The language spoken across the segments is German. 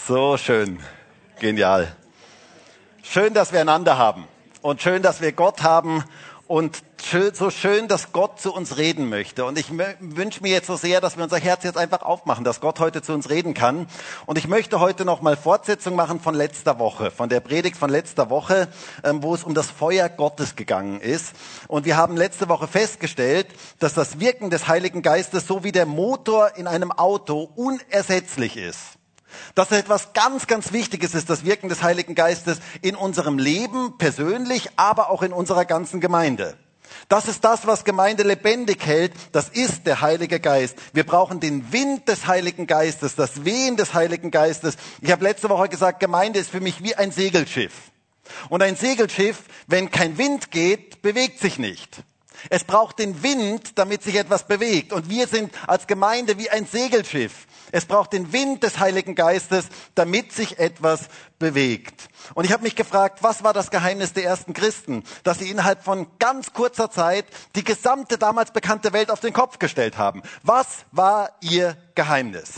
So schön. Genial. Schön, dass wir einander haben und schön, dass wir Gott haben und so schön, dass Gott zu uns reden möchte. Und ich wünsche mir jetzt so sehr, dass wir unser Herz jetzt einfach aufmachen, dass Gott heute zu uns reden kann. Und ich möchte heute nochmal Fortsetzung machen von letzter Woche, von der Predigt von letzter Woche, wo es um das Feuer Gottes gegangen ist. Und wir haben letzte Woche festgestellt, dass das Wirken des Heiligen Geistes so wie der Motor in einem Auto unersetzlich ist. Dass es etwas ganz, ganz Wichtiges ist, das Wirken des Heiligen Geistes in unserem Leben persönlich, aber auch in unserer ganzen Gemeinde. Das ist das, was Gemeinde lebendig hält. Das ist der Heilige Geist. Wir brauchen den Wind des Heiligen Geistes, das Wehen des Heiligen Geistes. Ich habe letzte Woche gesagt, Gemeinde ist für mich wie ein Segelschiff. Und ein Segelschiff, wenn kein Wind geht, bewegt sich nicht. Es braucht den Wind, damit sich etwas bewegt. Und wir sind als Gemeinde wie ein Segelschiff. Es braucht den Wind des Heiligen Geistes, damit sich etwas bewegt. Und ich habe mich gefragt, was war das Geheimnis der ersten Christen? Dass sie innerhalb von ganz kurzer Zeit die gesamte damals bekannte Welt auf den Kopf gestellt haben. Was war ihr Geheimnis?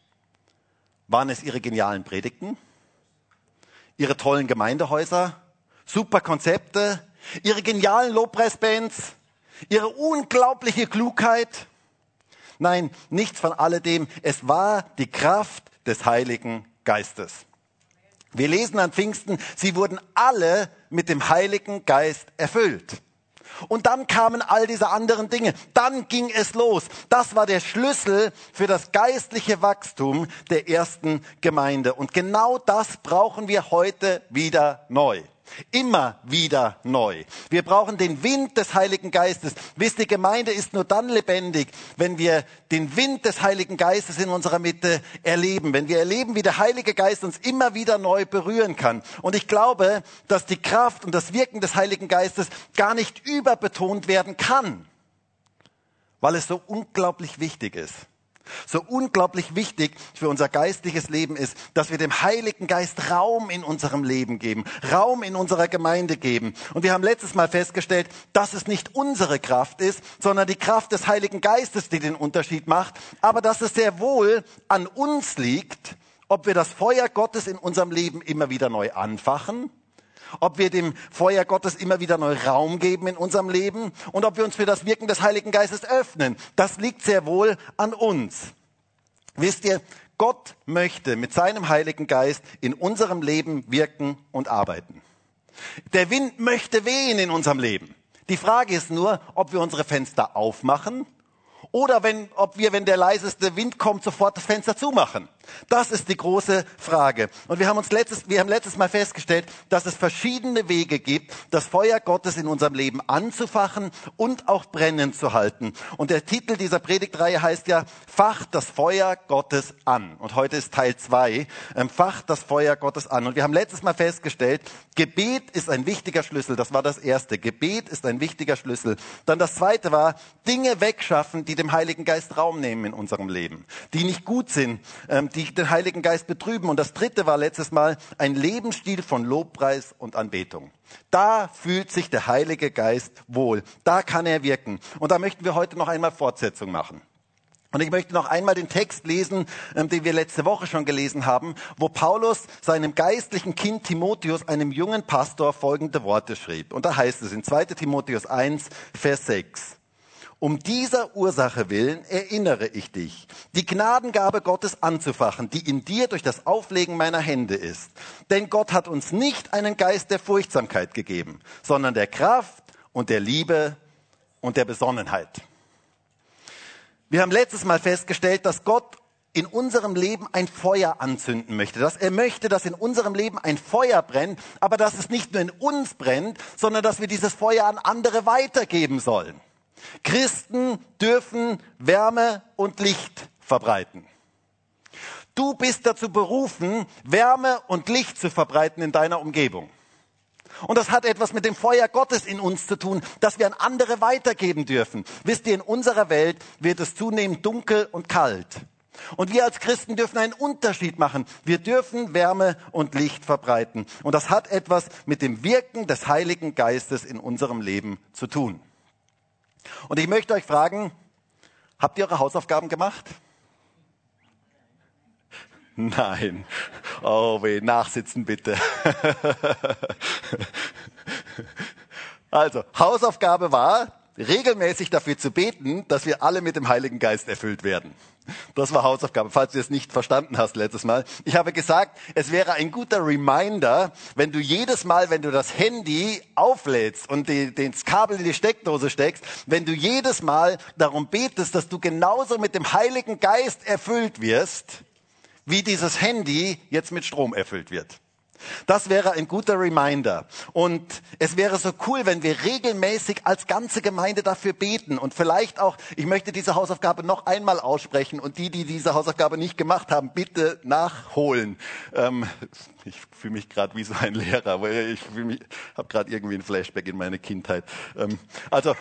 Waren es ihre genialen Predigten? Ihre tollen Gemeindehäuser? Super Konzepte? Ihre genialen Lobpreisbands? Ihre unglaubliche Klugheit? Nein, nichts von alledem. Es war die Kraft des Heiligen Geistes. Wir lesen an Pfingsten, sie wurden alle mit dem Heiligen Geist erfüllt. Und dann kamen all diese anderen Dinge. Dann ging es los. Das war der Schlüssel für das geistliche Wachstum der ersten Gemeinde. Und genau das brauchen wir heute wieder neu. Immer wieder neu. Wir brauchen den Wind des Heiligen Geistes. Wisst ihr, Gemeinde ist nur dann lebendig, wenn wir den Wind des Heiligen Geistes in unserer Mitte erleben. Wenn wir erleben, wie der Heilige Geist uns immer wieder neu berühren kann. Und ich glaube, dass die Kraft und das Wirken des Heiligen Geistes gar nicht überbetont werden kann, weil es so unglaublich wichtig ist. So unglaublich wichtig für unser geistliches Leben ist, dass wir dem Heiligen Geist Raum in unserem Leben geben, Raum in unserer Gemeinde geben. Und wir haben letztes Mal festgestellt, dass es nicht unsere Kraft ist, sondern die Kraft des Heiligen Geistes, die den Unterschied macht, aber dass es sehr wohl an uns liegt, ob wir das Feuer Gottes in unserem Leben immer wieder neu anfachen, ob wir dem Feuer Gottes immer wieder neu Raum geben in unserem Leben und ob wir uns für das Wirken des Heiligen Geistes öffnen. Das liegt sehr wohl an uns. Wisst ihr, Gott möchte mit seinem Heiligen Geist in unserem Leben wirken und arbeiten. Der Wind möchte wehen in unserem Leben. Die Frage ist nur, ob wir unsere Fenster aufmachen oder ob wir, wenn der leiseste Wind kommt, sofort das Fenster zumachen. Das ist die große Frage. Und wir haben letztes Mal festgestellt, dass es verschiedene Wege gibt, das Feuer Gottes in unserem Leben anzufachen und auch brennend zu halten. Und der Titel dieser Predigtreihe heißt ja, Facht das Feuer Gottes an. Und heute ist Teil 2, Facht das Feuer Gottes an. Und wir haben letztes Mal festgestellt, Gebet ist ein wichtiger Schlüssel. Das war das erste. Gebet ist ein wichtiger Schlüssel. Dann das zweite war, Dinge wegschaffen, die dem Heiligen Geist Raum nehmen in unserem Leben, die nicht gut sind, die den Heiligen Geist betrüben. Und das dritte war letztes Mal ein Lebensstil von Lobpreis und Anbetung. Da fühlt sich der Heilige Geist wohl. Da kann er wirken. Und da möchten wir heute noch einmal Fortsetzung machen. Und ich möchte noch einmal den Text lesen, den wir letzte Woche schon gelesen haben, wo Paulus seinem geistlichen Kind Timotheus, einem jungen Pastor, folgende Worte schrieb. Und da heißt es in 2. Timotheus 1, Vers 6. Um dieser Ursache willen erinnere ich dich, die Gnadengabe Gottes anzufachen, die in dir durch das Auflegen meiner Hände ist. Denn Gott hat uns nicht einen Geist der Furchtsamkeit gegeben, sondern der Kraft und der Liebe und der Besonnenheit. Wir haben letztes Mal festgestellt, dass Gott in unserem Leben ein Feuer anzünden möchte. Dass er möchte, dass in unserem Leben ein Feuer brennt, aber dass es nicht nur in uns brennt, sondern dass wir dieses Feuer an andere weitergeben sollen. Christen dürfen Wärme und Licht verbreiten. Du bist dazu berufen, Wärme und Licht zu verbreiten in deiner Umgebung. Und das hat etwas mit dem Feuer Gottes in uns zu tun, das wir an andere weitergeben dürfen. Wisst ihr, in unserer Welt wird es zunehmend dunkel und kalt. Und wir als Christen dürfen einen Unterschied machen. Wir dürfen Wärme und Licht verbreiten. Und das hat etwas mit dem Wirken des Heiligen Geistes in unserem Leben zu tun. Und ich möchte euch fragen, habt ihr eure Hausaufgaben gemacht? Nein. Oh weh, nachsitzen bitte. Also, Hausaufgabe war, regelmäßig dafür zu beten, dass wir alle mit dem Heiligen Geist erfüllt werden. Das war Hausaufgabe, falls du es nicht verstanden hast letztes Mal. Ich habe gesagt, es wäre ein guter Reminder, wenn du jedes Mal, wenn du das Handy auflädst und das Kabel in die Steckdose steckst, wenn du jedes Mal darum betest, dass du genauso mit dem Heiligen Geist erfüllt wirst, wie dieses Handy jetzt mit Strom erfüllt wird. Das wäre ein guter Reminder. Und es wäre so cool, wenn wir regelmäßig als ganze Gemeinde dafür beten. Und vielleicht auch, ich möchte diese Hausaufgabe noch einmal aussprechen. Und die diese Hausaufgabe nicht gemacht haben, bitte nachholen. Ich fühle mich gerade wie so ein Lehrer, weil ich habe gerade irgendwie ein Flashback in meine Kindheit. Also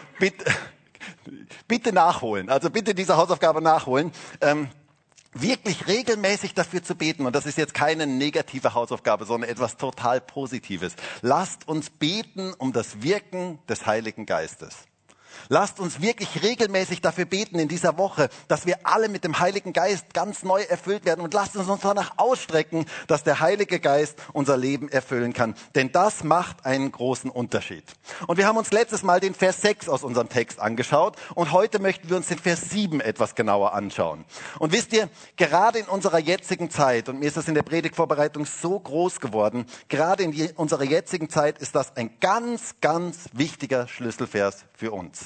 bitte nachholen. Also bitte diese Hausaufgabe nachholen. Wirklich regelmäßig dafür zu beten. Und das ist jetzt keine negative Hausaufgabe, sondern etwas total Positives. Lasst uns beten um das Wirken des Heiligen Geistes. Lasst uns wirklich regelmäßig dafür beten in dieser Woche, dass wir alle mit dem Heiligen Geist ganz neu erfüllt werden. Und lasst uns danach ausstrecken, dass der Heilige Geist unser Leben erfüllen kann. Denn das macht einen großen Unterschied. Und wir haben uns letztes Mal den Vers 6 aus unserem Text angeschaut. Und heute möchten wir uns den Vers 7 etwas genauer anschauen. Und wisst ihr, gerade in unserer jetzigen Zeit, und mir ist das in der Predigtvorbereitung so groß geworden, gerade in unserer jetzigen Zeit ist das ein ganz, ganz wichtiger Schlüsselvers für uns.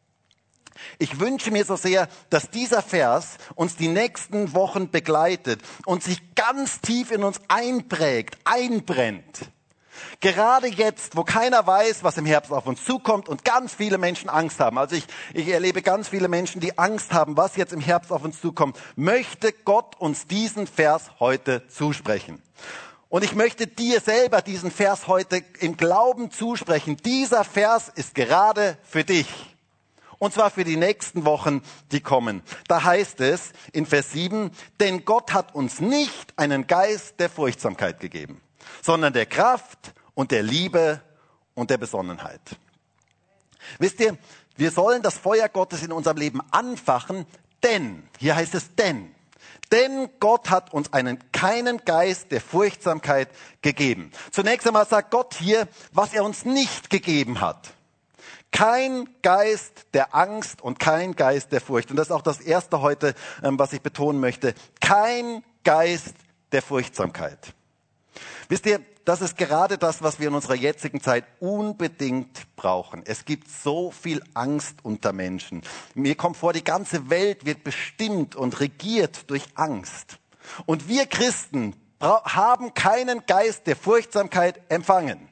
Ich wünsche mir so sehr, dass dieser Vers uns die nächsten Wochen begleitet und sich ganz tief in uns einbrennt. Gerade jetzt, wo keiner weiß, was im Herbst auf uns zukommt und ganz viele Menschen Angst haben. Also ich erlebe ganz viele Menschen, die Angst haben, was jetzt im Herbst auf uns zukommt. Möchte Gott uns diesen Vers heute zusprechen. Und ich möchte dir selber diesen Vers heute im Glauben zusprechen. Dieser Vers ist gerade für dich. Und zwar für die nächsten Wochen, die kommen. Da heißt es in Vers 7, denn Gott hat uns nicht einen Geist der Furchtsamkeit gegeben, sondern der Kraft und der Liebe und der Besonnenheit. Wisst ihr, wir sollen das Feuer Gottes in unserem Leben anfachen, denn, hier heißt es denn Gott hat uns keinen Geist der Furchtsamkeit gegeben. Zunächst einmal sagt Gott hier, was er uns nicht gegeben hat. Kein Geist der Angst und kein Geist der Furcht. Und das ist auch das Erste heute, was ich betonen möchte. Kein Geist der Furchtsamkeit. Wisst ihr, das ist gerade das, was wir in unserer jetzigen Zeit unbedingt brauchen. Es gibt so viel Angst unter Menschen. Mir kommt vor, die ganze Welt wird bestimmt und regiert durch Angst. Und wir Christen haben keinen Geist der Furchtsamkeit empfangen.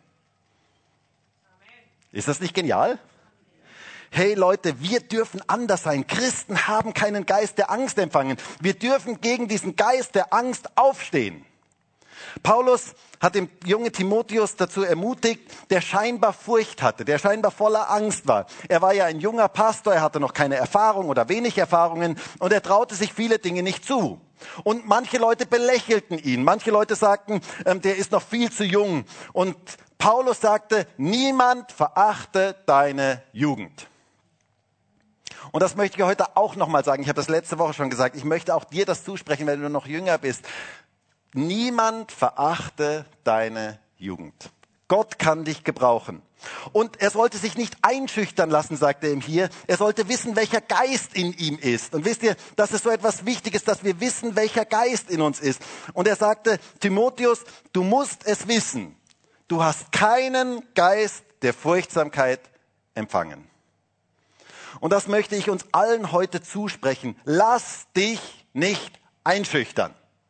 Ist das nicht genial? Hey Leute, wir dürfen anders sein. Christen haben keinen Geist der Angst empfangen. Wir dürfen gegen diesen Geist der Angst aufstehen. Paulus hat den jungen Timotheus dazu ermutigt, der scheinbar Furcht hatte, der scheinbar voller Angst war. Er war ja ein junger Pastor, er hatte noch keine Erfahrung oder wenig Erfahrungen und er traute sich viele Dinge nicht zu. Und manche Leute belächelten ihn, manche Leute sagten, der ist noch viel zu jung. Und Paulus sagte, niemand verachte deine Jugend. Und das möchte ich heute auch nochmal sagen. Ich habe das letzte Woche schon gesagt. Ich möchte auch dir das zusprechen, wenn du noch jünger bist. Niemand verachte deine Jugend. Gott kann dich gebrauchen. Und er sollte sich nicht einschüchtern lassen, sagt er ihm hier. Er sollte wissen, welcher Geist in ihm ist. Und wisst ihr, das ist so etwas Wichtiges, dass wir wissen, welcher Geist in uns ist. Und er sagte, Timotheus, du musst es wissen. Du hast keinen Geist der Furchtsamkeit empfangen. Und das möchte ich uns allen heute zusprechen. Lass dich nicht einschüchtern.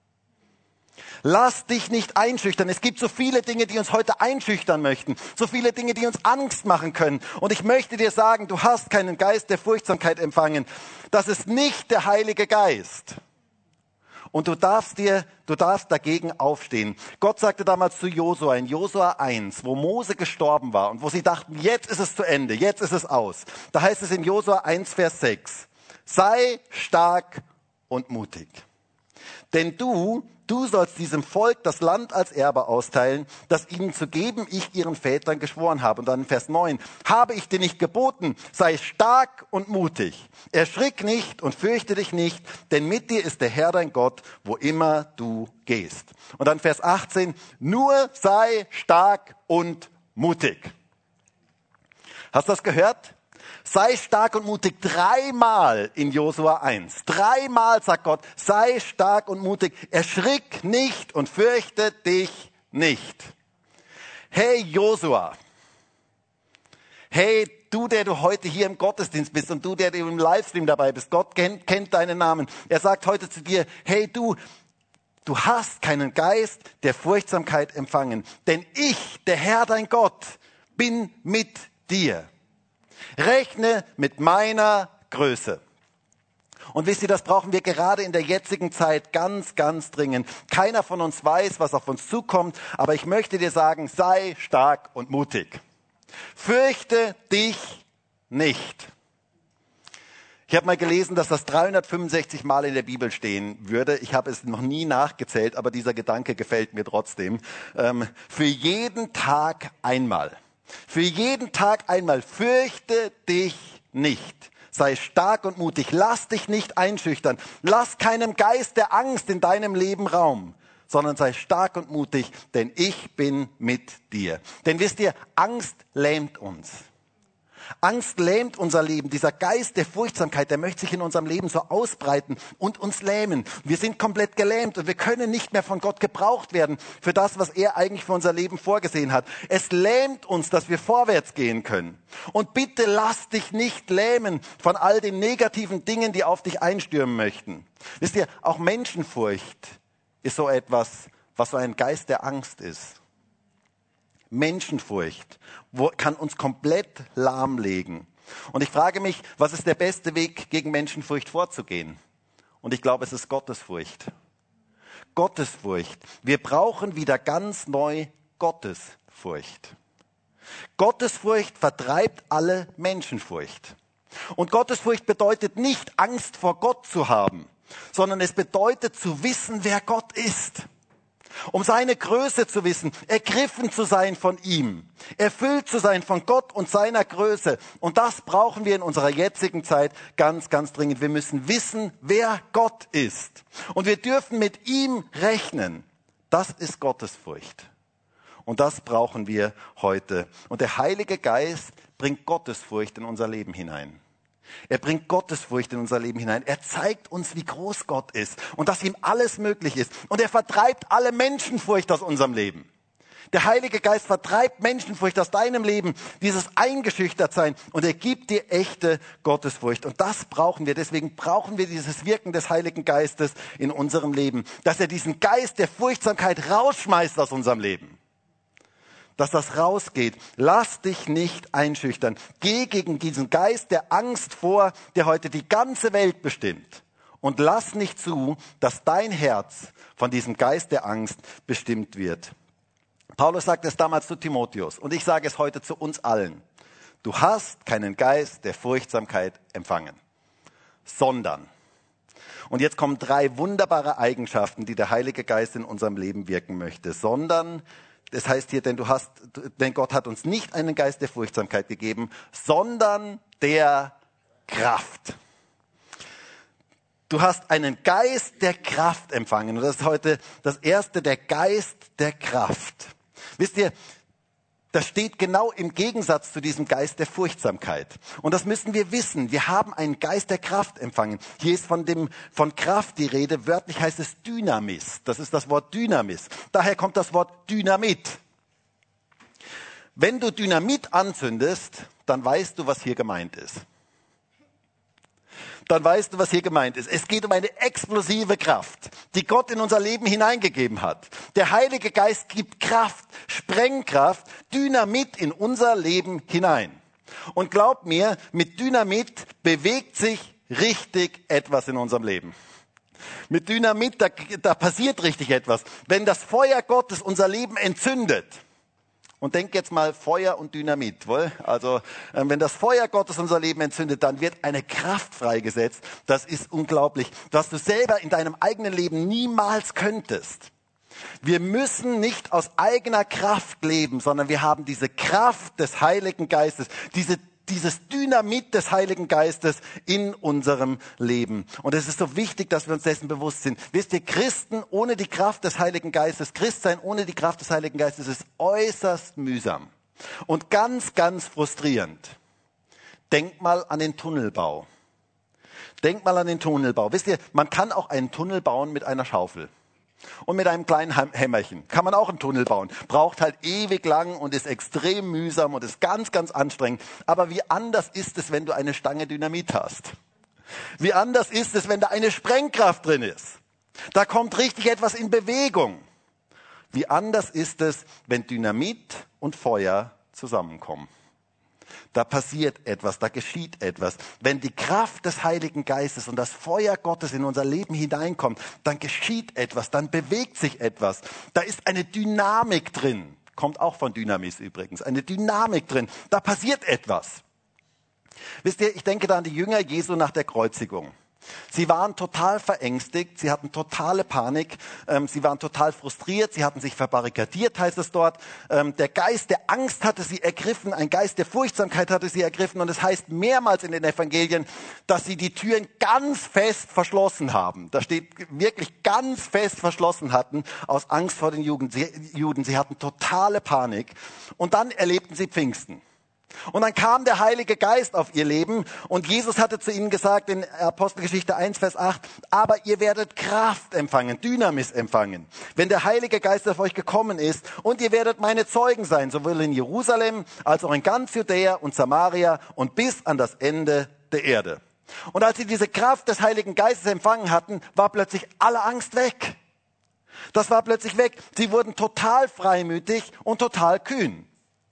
Lass dich nicht einschüchtern. Es gibt so viele Dinge, die uns heute einschüchtern möchten. So viele Dinge, die uns Angst machen können. Und ich möchte dir sagen, du hast keinen Geist der Furchtsamkeit empfangen. Das ist nicht der Heilige Geist. Und du darfst dagegen aufstehen. Gott sagte damals zu Josua, in Josua 1, wo Mose gestorben war und wo sie dachten, jetzt ist es zu Ende, jetzt ist es aus. Da heißt es in Josua 1, Vers 6, sei stark und mutig. Denn du du sollst diesem Volk das Land als Erbe austeilen, das ihnen zu geben ich ihren Vätern geschworen habe. Und dann in Vers 9, habe ich dir nicht geboten, sei stark und mutig. Erschrick nicht und fürchte dich nicht, denn mit dir ist der Herr dein Gott, wo immer du gehst. Und dann Vers 18, nur sei stark und mutig. Hast du das gehört? Sei stark und mutig, 3-mal in Josua 1. 3-mal sagt Gott, sei stark und mutig, erschrick nicht und fürchte dich nicht. Hey Josua, hey du, der du heute hier im Gottesdienst bist und du, der du im Livestream dabei bist, Gott kennt deinen Namen. Er sagt heute zu dir, hey du hast keinen Geist der Furchtsamkeit empfangen, denn ich, der Herr dein Gott, bin mit dir. Rechne mit meiner Größe. Und wisst ihr, das brauchen wir gerade in der jetzigen Zeit ganz, ganz dringend. Keiner von uns weiß, was auf uns zukommt, aber ich möchte dir sagen, sei stark und mutig. Fürchte dich nicht. Ich habe mal gelesen, dass das 365 Mal in der Bibel stehen würde. Ich habe es noch nie nachgezählt, aber dieser Gedanke gefällt mir trotzdem. Für jeden Tag einmal. Für jeden Tag einmal, fürchte dich nicht. Sei stark und mutig, lass dich nicht einschüchtern. Lass keinem Geist der Angst in deinem Leben Raum, sondern sei stark und mutig, denn ich bin mit dir. Denn wisst ihr, Angst lähmt uns. Angst lähmt unser Leben. Dieser Geist der Furchtsamkeit, der möchte sich in unserem Leben so ausbreiten und uns lähmen. Wir sind komplett gelähmt und wir können nicht mehr von Gott gebraucht werden für das, was er eigentlich für unser Leben vorgesehen hat. Es lähmt uns, dass wir vorwärts gehen können. Und bitte lass dich nicht lähmen von all den negativen Dingen, die auf dich einstürmen möchten. Wisst ihr, auch Menschenfurcht ist so etwas, was so ein Geist der Angst ist. Menschenfurcht kann uns komplett lahmlegen. Und ich frage mich, was ist der beste Weg, gegen Menschenfurcht vorzugehen? Und ich glaube, es ist Gottesfurcht. Gottesfurcht. Wir brauchen wieder ganz neu Gottesfurcht. Gottesfurcht vertreibt alle Menschenfurcht. Und Gottesfurcht bedeutet nicht, Angst vor Gott zu haben, sondern es bedeutet zu wissen, wer Gott ist. Um seine Größe zu wissen, ergriffen zu sein von ihm, erfüllt zu sein von Gott und seiner Größe. Und das brauchen wir in unserer jetzigen Zeit ganz, ganz dringend. Wir müssen wissen, wer Gott ist. Und wir dürfen mit ihm rechnen. Das ist Gottesfurcht. Und das brauchen wir heute. Und der Heilige Geist bringt Gottesfurcht in unser Leben hinein. Er bringt Gottesfurcht in unser Leben hinein. Er zeigt uns, wie groß Gott ist und dass ihm alles möglich ist. Und er vertreibt alle Menschenfurcht aus unserem Leben. Der Heilige Geist vertreibt Menschenfurcht aus deinem Leben, dieses Eingeschüchtertsein. Und er gibt dir echte Gottesfurcht. Und das brauchen wir. Deswegen brauchen wir dieses Wirken des Heiligen Geistes in unserem Leben. Dass er diesen Geist der Furchtsamkeit rausschmeißt aus unserem Leben. Dass das rausgeht. Lass dich nicht einschüchtern. Geh gegen diesen Geist der Angst vor, der heute die ganze Welt bestimmt. Und lass nicht zu, dass dein Herz von diesem Geist der Angst bestimmt wird. Paulus sagte es damals zu Timotheus und ich sage es heute zu uns allen. Du hast keinen Geist der Furchtsamkeit empfangen, sondern. Und jetzt kommen 3 wunderbare Eigenschaften, die der Heilige Geist in unserem Leben wirken möchte. Sondern, das heißt hier, denn Gott hat uns nicht einen Geist der Furchtsamkeit gegeben, sondern der Kraft. Du hast einen Geist der Kraft empfangen. Und das ist heute das Erste, der Geist der Kraft. Wisst ihr, das steht genau im Gegensatz zu diesem Geist der Furchtsamkeit. Und das müssen wir wissen. Wir haben einen Geist der Kraft empfangen. Hier ist von Kraft die Rede. Wörtlich heißt es Dynamis. Das ist das Wort Dynamis. Daher kommt das Wort Dynamit. Wenn du Dynamit anzündest, dann weißt du, was hier gemeint ist. Dann weißt du, was hier gemeint ist. Es geht um eine explosive Kraft, die Gott in unser Leben hineingegeben hat. Der Heilige Geist gibt Kraft, Sprengkraft, Dynamit in unser Leben hinein. Und glaub mir, mit Dynamit bewegt sich richtig etwas in unserem Leben. Mit Dynamit, da passiert richtig etwas. Wenn das Feuer Gottes unser Leben entzündet, Und denk jetzt mal Feuer und Dynamit. Wohl? Also wenn das Feuer Gottes unser Leben entzündet, dann wird eine Kraft freigesetzt. Das ist unglaublich, was du selber in deinem eigenen Leben niemals könntest. Wir müssen nicht aus eigener Kraft leben, sondern wir haben diese Kraft des Heiligen Geistes, dieses Dynamit des Heiligen Geistes in unserem Leben. Und es ist so wichtig, dass wir uns dessen bewusst sind. Wisst ihr, Christen ohne die Kraft des Heiligen Geistes, Christsein ohne die Kraft des Heiligen Geistes ist äußerst mühsam und ganz, ganz frustrierend. Denk mal an den Tunnelbau. Denk mal an den Tunnelbau. Wisst ihr, man kann auch einen Tunnel bauen mit einer Schaufel. Und mit einem kleinen Hämmerchen kann man auch einen Tunnel bauen. Braucht halt ewig lang und ist extrem mühsam und ist ganz, ganz anstrengend. Aber wie anders ist es, wenn du eine Stange Dynamit hast? Wie anders ist es, wenn da eine Sprengkraft drin ist? Da kommt richtig etwas in Bewegung. Wie anders ist es, wenn Dynamit und Feuer zusammenkommen? Da passiert etwas, da geschieht etwas. Wenn die Kraft des Heiligen Geistes und das Feuer Gottes in unser Leben hineinkommt, dann geschieht etwas, dann bewegt sich etwas. Da ist eine Dynamik drin. Kommt auch von Dynamis übrigens. Eine Dynamik drin. Da passiert etwas. Wisst ihr, ich denke da an die Jünger Jesu nach der Kreuzigung. Sie waren total verängstigt, sie hatten totale Panik, sie waren total frustriert, sie hatten sich verbarrikadiert, heißt es dort. Der Geist der Angst hatte sie ergriffen, ein Geist der Furchtsamkeit hatte sie ergriffen und es heißt mehrmals in den Evangelien, dass sie die Türen ganz fest verschlossen haben. Da steht wirklich ganz fest verschlossen hatten, aus Angst vor den Juden. Sie hatten totale Panik und dann erlebten sie Pfingsten. Und dann kam der Heilige Geist auf ihr Leben und Jesus hatte zu ihnen gesagt in Apostelgeschichte 1, Vers 8, aber ihr werdet Kraft empfangen, Dynamis empfangen, wenn der Heilige Geist auf euch gekommen ist und ihr werdet meine Zeugen sein, sowohl in Jerusalem als auch in ganz Judäa und Samaria und bis an das Ende der Erde. Und als sie diese Kraft des Heiligen Geistes empfangen hatten, war plötzlich alle Angst weg. Das war plötzlich weg. Sie wurden total freimütig und total kühn.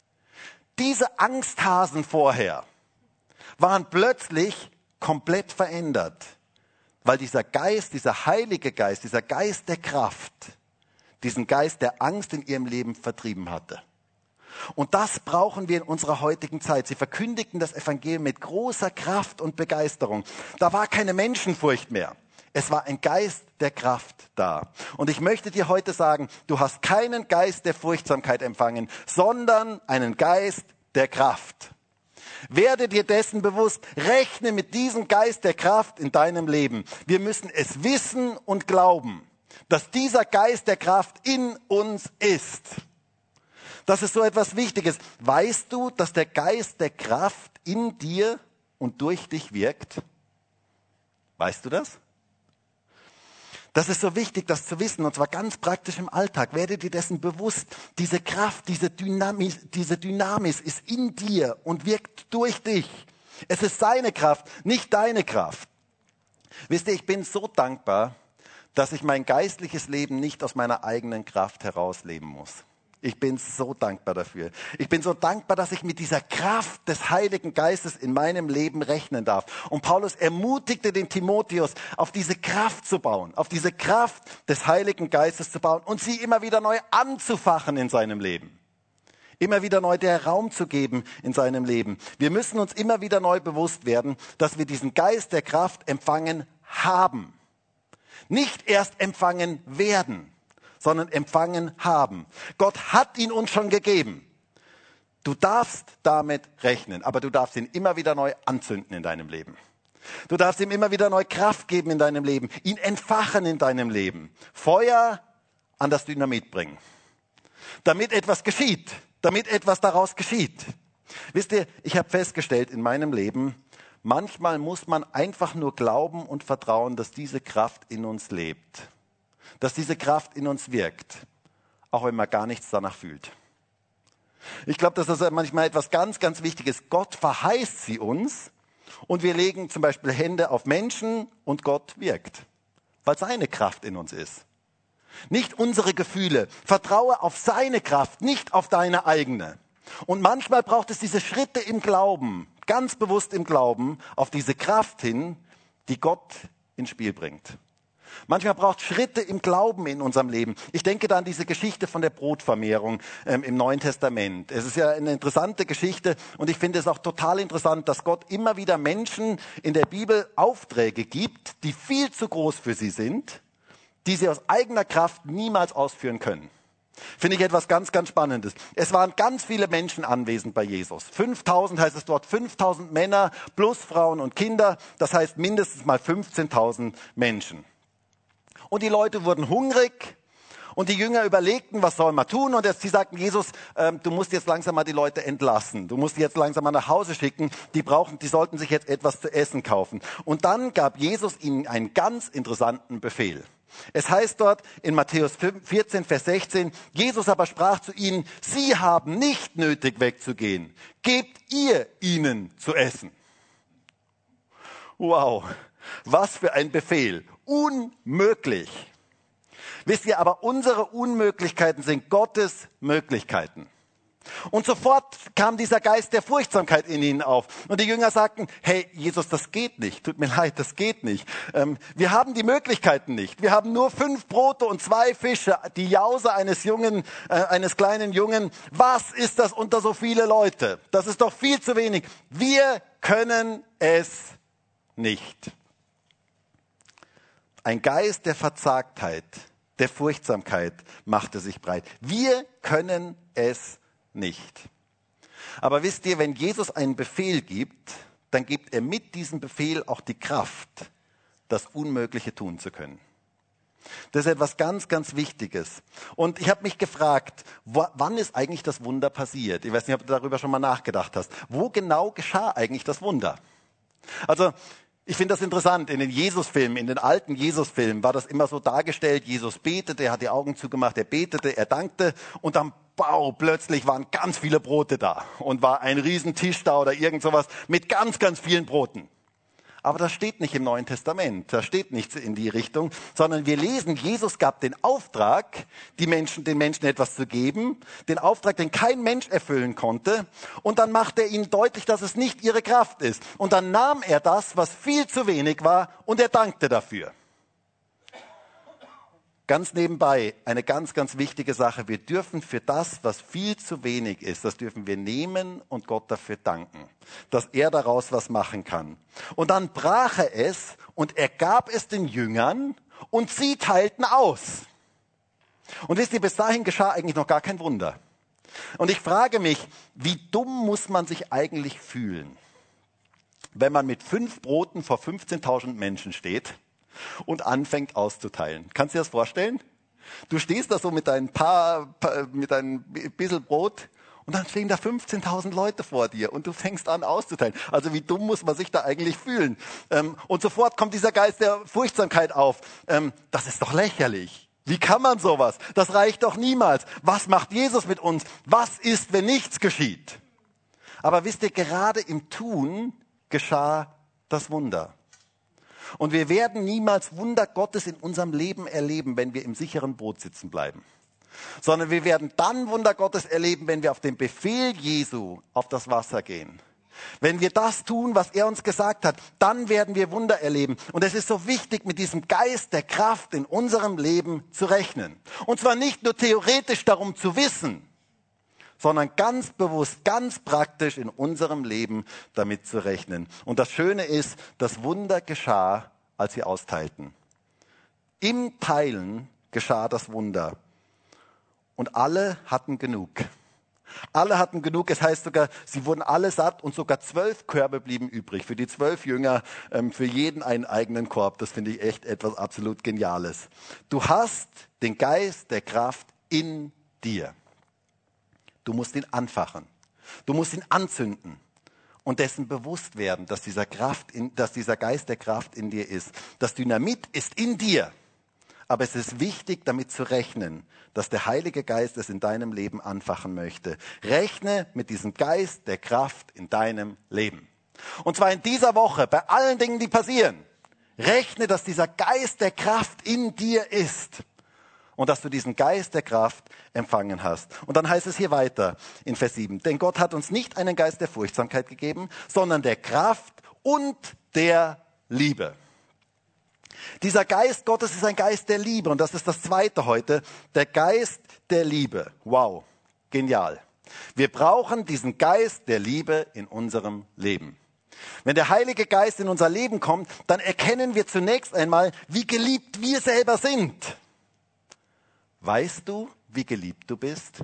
Diese Angsthasen vorher waren plötzlich komplett verändert, weil dieser Geist, dieser Heilige Geist, dieser Geist der Kraft, diesen Geist der Angst in ihrem Leben vertrieben hatte. Und das brauchen wir in unserer heutigen Zeit. Sie verkündigten das Evangelium mit großer Kraft und Begeisterung. Da war keine Menschenfurcht mehr. Es war ein Geist der Kraft da. Und ich möchte dir heute sagen, du hast keinen Geist der Furchtsamkeit empfangen, sondern einen Geist der Kraft. Werde dir dessen bewusst, rechne mit diesem Geist der Kraft in deinem Leben. Wir müssen es wissen und glauben, dass dieser Geist der Kraft in uns ist. Das ist so etwas Wichtiges. Weißt du, dass der Geist der Kraft in dir und durch dich wirkt? Weißt du das? Das ist so wichtig, das zu wissen, und zwar ganz praktisch im Alltag. Werde dir dessen bewusst, diese Kraft, diese Dynamis ist in dir und wirkt durch dich. Es ist seine Kraft, nicht deine Kraft. Wisst ihr, ich bin so dankbar, dass ich mein geistliches Leben nicht aus meiner eigenen Kraft heraus leben muss. Ich bin so dankbar dafür. Ich bin so dankbar, dass ich mit dieser Kraft des Heiligen Geistes in meinem Leben rechnen darf. Und Paulus ermutigte den Timotheus, auf diese Kraft zu bauen, auf diese Kraft des Heiligen Geistes zu bauen und sie immer wieder neu anzufachen in seinem Leben. Immer wieder neu der Raum zu geben in seinem Leben. Wir müssen uns immer wieder neu bewusst werden, dass wir diesen Geist der Kraft empfangen haben. Nicht erst empfangen werden, sondern empfangen haben. Gott hat ihn uns schon gegeben. Du darfst damit rechnen, aber du darfst ihn immer wieder neu anzünden in deinem Leben. Du darfst ihm immer wieder neu Kraft geben in deinem Leben, ihn entfachen in deinem Leben. Feuer an das Dynamit bringen, damit etwas geschieht, damit etwas daraus geschieht. Wisst ihr, ich habe festgestellt in meinem Leben, manchmal muss man einfach nur glauben und vertrauen, dass diese Kraft in uns lebt. Dass diese Kraft in uns wirkt, auch wenn man gar nichts danach fühlt. Ich glaube, dass das manchmal etwas ganz, ganz Wichtiges ist. Gott verheißt sie uns und wir legen zum Beispiel Hände auf Menschen und Gott wirkt, weil seine Kraft in uns ist. Nicht unsere Gefühle. Vertraue auf seine Kraft, nicht auf deine eigene. Und manchmal braucht es diese Schritte im Glauben, ganz bewusst im Glauben, auf diese Kraft hin, die Gott ins Spiel bringt. Manchmal braucht es Schritte im Glauben in unserem Leben. Ich denke da an diese Geschichte von der Brotvermehrung im Neuen Testament. Es ist ja eine interessante Geschichte und ich finde es auch total interessant, dass Gott immer wieder Menschen in der Bibel Aufträge gibt, die viel zu groß für sie sind, die sie aus eigener Kraft niemals ausführen können. Finde ich etwas ganz, ganz Spannendes. Es waren ganz viele Menschen anwesend bei Jesus. 5000 heißt es dort, 5000 Männer plus Frauen und Kinder. Das heißt mindestens mal 15.000 Menschen. Und die Leute wurden hungrig und die Jünger überlegten, was sollen wir tun? Und sie sagten, Jesus, du musst jetzt langsam mal die Leute entlassen. Du musst die jetzt langsam mal nach Hause schicken. Die sollten sich jetzt etwas zu essen kaufen. Und dann gab Jesus ihnen einen ganz interessanten Befehl. Es heißt dort in Matthäus 14, Vers 16, Jesus aber sprach zu ihnen, Sie haben nicht nötig wegzugehen. Gebt ihr ihnen zu essen. Wow, was für ein Befehl. Unmöglich. Wisst ihr, aber unsere Unmöglichkeiten sind Gottes Möglichkeiten. Und sofort kam dieser Geist der Furchtsamkeit in ihnen auf. Und die Jünger sagten, hey Jesus, das geht nicht. Tut mir leid, das geht nicht. Wir haben die Möglichkeiten nicht. Wir haben nur 5 Brote und 2 Fische, die Jause eines kleinen Jungen. Was ist das unter so viele Leute? Das ist doch viel zu wenig. Wir können es nicht. Ein Geist der Verzagtheit, der Furchtsamkeit machte sich breit. Wir können es nicht. Aber wisst ihr, wenn Jesus einen Befehl gibt, dann gibt er mit diesem Befehl auch die Kraft, das Unmögliche tun zu können. Das ist etwas ganz, ganz Wichtiges. Und ich habe mich gefragt, wann ist eigentlich das Wunder passiert? Ich weiß nicht, ob du darüber schon mal nachgedacht hast. Wo genau geschah eigentlich das Wunder? Also, ich finde das interessant. In den Jesus-Filmen, in den alten Jesus-Filmen war das immer so dargestellt. Jesus betete, er hat die Augen zugemacht, er betete, er dankte und dann plötzlich waren ganz viele Brote da und war ein Riesentisch da oder irgend sowas mit ganz, ganz vielen Broten. Aber das steht nicht im Neuen Testament, da steht nichts in die Richtung, sondern wir lesen, Jesus gab den Auftrag, den Menschen etwas zu geben, den Auftrag, den kein Mensch erfüllen konnte, und dann macht er ihnen deutlich, dass es nicht ihre Kraft ist. Und dann nahm er das, was viel zu wenig war, und er dankte dafür. Ganz nebenbei, eine ganz, ganz wichtige Sache. Wir dürfen für das, was viel zu wenig ist, das dürfen wir nehmen und Gott dafür danken, dass er daraus was machen kann. Und dann brach er es und er gab es den Jüngern und sie teilten aus. Und wisst ihr, bis dahin geschah eigentlich noch gar kein Wunder. Und ich frage mich, wie dumm muss man sich eigentlich fühlen, wenn man mit 5 Broten vor 15.000 Menschen steht und anfängt auszuteilen. Kannst du dir das vorstellen? Du stehst da so mit deinem bisschen Brot und dann stehen da 15.000 Leute vor dir und du fängst an auszuteilen. Also wie dumm muss man sich da eigentlich fühlen? Und sofort kommt dieser Geist der Furchtsamkeit auf. Das ist doch lächerlich. Wie kann man sowas? Das reicht doch niemals. Was macht Jesus mit uns? Was ist, wenn nichts geschieht? Aber wisst ihr, gerade im Tun geschah das Wunder. Und wir werden niemals Wunder Gottes in unserem Leben erleben, wenn wir im sicheren Boot sitzen bleiben. Sondern wir werden dann Wunder Gottes erleben, wenn wir auf den Befehl Jesu auf das Wasser gehen. Wenn wir das tun, was er uns gesagt hat, dann werden wir Wunder erleben. Und es ist so wichtig, mit diesem Geist der Kraft in unserem Leben zu rechnen. Und zwar nicht nur theoretisch darum zu wissen, sondern ganz bewusst, ganz praktisch in unserem Leben damit zu rechnen. Und das Schöne ist, das Wunder geschah, als sie austeilten. Im Teilen geschah das Wunder. Und alle hatten genug. Alle hatten genug, es heißt sogar, sie wurden alle satt und sogar 12 Körbe blieben übrig. Für die 12 Jünger, für jeden einen eigenen Korb. Das finde ich echt etwas absolut Geniales. Du hast den Geist der Kraft in dir. Du musst ihn anfachen. Du musst ihn anzünden und dessen bewusst werden, dass dieser Geist der Kraft in dir ist. Das Dynamit ist in dir. Aber es ist wichtig, damit zu rechnen, dass der Heilige Geist es in deinem Leben anfachen möchte. Rechne mit diesem Geist der Kraft in deinem Leben. Und zwar in dieser Woche, bei allen Dingen, die passieren. Rechne, dass dieser Geist der Kraft in dir ist. Und dass du diesen Geist der Kraft empfangen hast. Und dann heißt es hier weiter in Vers 7. Denn Gott hat uns nicht einen Geist der Furchtsamkeit gegeben, sondern der Kraft und der Liebe. Dieser Geist Gottes ist ein Geist der Liebe und das ist das Zweite heute, der Geist der Liebe. Wow, genial. Wir brauchen diesen Geist der Liebe in unserem Leben. Wenn der Heilige Geist in unser Leben kommt, dann erkennen wir zunächst einmal, wie geliebt wir selber sind. Weißt du, wie geliebt du bist?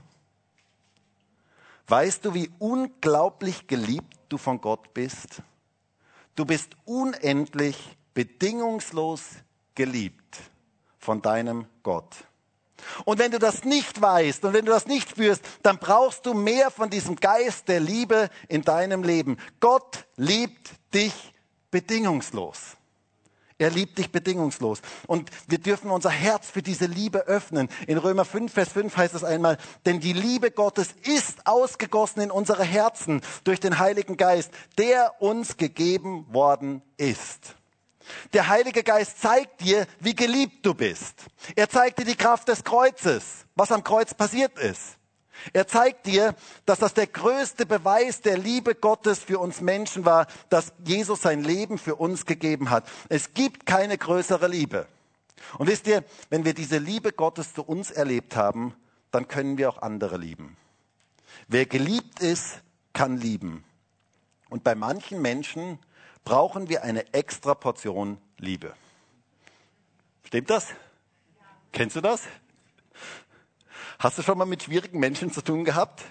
Weißt du, wie unglaublich geliebt du von Gott bist? Du bist unendlich, bedingungslos geliebt von deinem Gott. Und wenn du das nicht weißt und wenn du das nicht spürst, dann brauchst du mehr von diesem Geist der Liebe in deinem Leben. Gott liebt dich bedingungslos. Er liebt dich bedingungslos. Und wir dürfen unser Herz für diese Liebe öffnen. In Römer 5, Vers 5 heißt es einmal, denn die Liebe Gottes ist ausgegossen in unsere Herzen durch den Heiligen Geist, der uns gegeben worden ist. Der Heilige Geist zeigt dir, wie geliebt du bist. Er zeigt dir die Kraft des Kreuzes, was am Kreuz passiert ist. Er zeigt dir, dass das der größte Beweis der Liebe Gottes für uns Menschen war, dass Jesus sein Leben für uns gegeben hat. Es gibt keine größere Liebe. Und wisst ihr, wenn wir diese Liebe Gottes zu uns erlebt haben, dann können wir auch andere lieben. Wer geliebt ist, kann lieben. Und bei manchen Menschen brauchen wir eine extra Portion Liebe. Stimmt das? Kennst du das? Hast du schon mal mit schwierigen Menschen zu tun gehabt?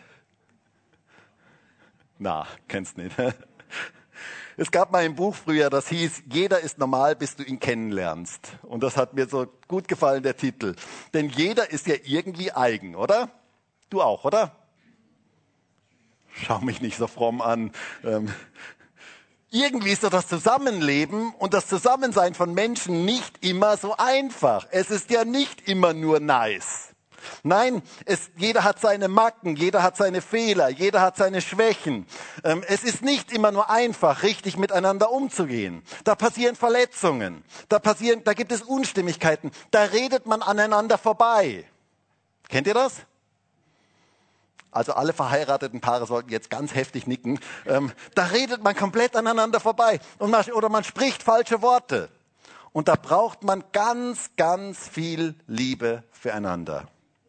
Na, kennst nicht. Es gab mal ein Buch früher, das hieß, jeder ist normal, bis du ihn kennenlernst. Und das hat mir so gut gefallen, der Titel. Denn jeder ist ja irgendwie eigen, oder? Du auch, oder? Schau mich nicht so fromm an. Irgendwie ist doch das Zusammenleben und das Zusammensein von Menschen nicht immer so einfach. Es ist ja nicht immer nur nice. Nein, jeder hat seine Macken, jeder hat seine Fehler, jeder hat seine Schwächen. Es ist nicht immer nur einfach, richtig miteinander umzugehen. Da passieren Verletzungen, da gibt es Unstimmigkeiten, da redet man aneinander vorbei. Kennt ihr das? Also alle verheirateten Paare sollten jetzt ganz heftig nicken. Da redet man komplett aneinander vorbei oder man spricht falsche Worte. Und da braucht man ganz, ganz viel Liebe füreinander.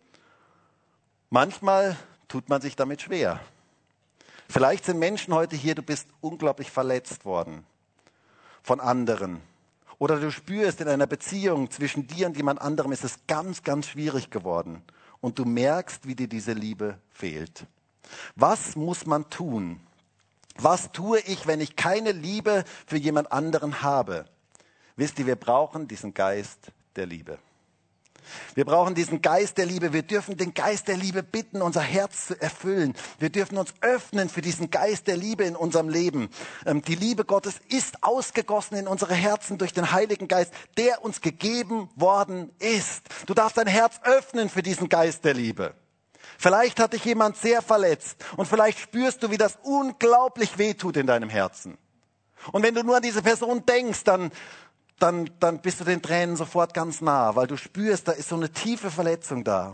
Manchmal tut man sich damit schwer. Vielleicht sind Menschen heute hier, du bist unglaublich verletzt worden von anderen. Oder du spürst, in einer Beziehung zwischen dir und jemand anderem ist es ganz, ganz schwierig geworden. Und du merkst, wie dir diese Liebe fehlt. Was muss man tun? Was tue ich, wenn ich keine Liebe für jemand anderen habe? Wisst ihr, wir brauchen diesen Geist der Liebe. Wir brauchen diesen Geist der Liebe. Wir dürfen den Geist der Liebe bitten, unser Herz zu erfüllen. Wir dürfen uns öffnen für diesen Geist der Liebe in unserem Leben. Die Liebe Gottes ist ausgegossen in unsere Herzen durch den Heiligen Geist, der uns gegeben worden ist. Du darfst dein Herz öffnen für diesen Geist der Liebe. Vielleicht hat dich jemand sehr verletzt und vielleicht spürst du, wie das unglaublich wehtut in deinem Herzen. Und wenn du nur an diese Person denkst, dann bist du den Tränen sofort ganz nah, weil du spürst, da ist so eine tiefe Verletzung da.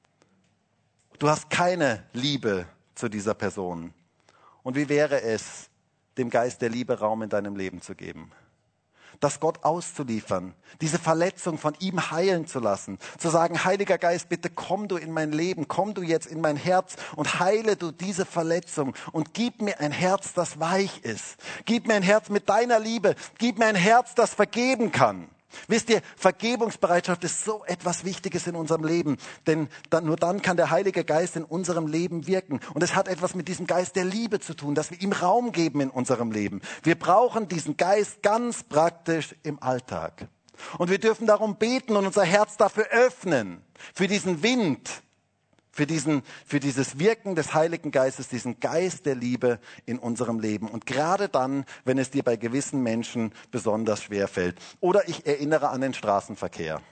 Du hast keine Liebe zu dieser Person. Und wie wäre es, dem Geist der Liebe Raum in deinem Leben zu geben? Das Gott auszuliefern, diese Verletzung von ihm heilen zu lassen, zu sagen, Heiliger Geist, bitte komm du in mein Leben, komm du jetzt in mein Herz und heile du diese Verletzung und gib mir ein Herz, das weich ist. Gib mir ein Herz mit deiner Liebe, gib mir ein Herz, das vergeben kann. Wisst ihr, Vergebungsbereitschaft ist so etwas Wichtiges in unserem Leben, denn nur dann kann der Heilige Geist in unserem Leben wirken. Und es hat etwas mit diesem Geist der Liebe zu tun, dass wir ihm Raum geben in unserem Leben. Wir brauchen diesen Geist ganz praktisch im Alltag. Und wir dürfen darum beten und unser Herz dafür öffnen, für diesen Wind, für dieses Wirken des Heiligen Geistes, diesen Geist der Liebe in unserem Leben. Und gerade dann, wenn es dir bei gewissen Menschen besonders schwer fällt. Oder ich erinnere an den Straßenverkehr.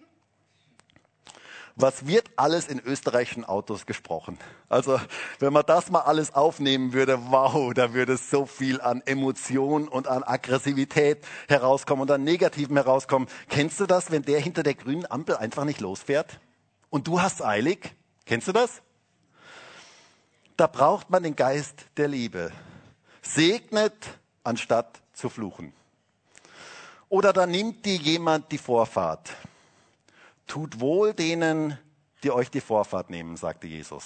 Was wird alles in österreichischen Autos gesprochen? Also, wenn man das mal alles aufnehmen würde, wow, da würde so viel an Emotion und an Aggressivität herauskommen und an Negativen herauskommen. Kennst du das, wenn der hinter der grünen Ampel einfach nicht losfährt? Und du hast eilig? Kennst du das? Da braucht man den Geist der Liebe. Segnet, anstatt zu fluchen. Oder da nimmt dir jemand die Vorfahrt. Tut wohl denen, die euch die Vorfahrt nehmen, sagte Jesus.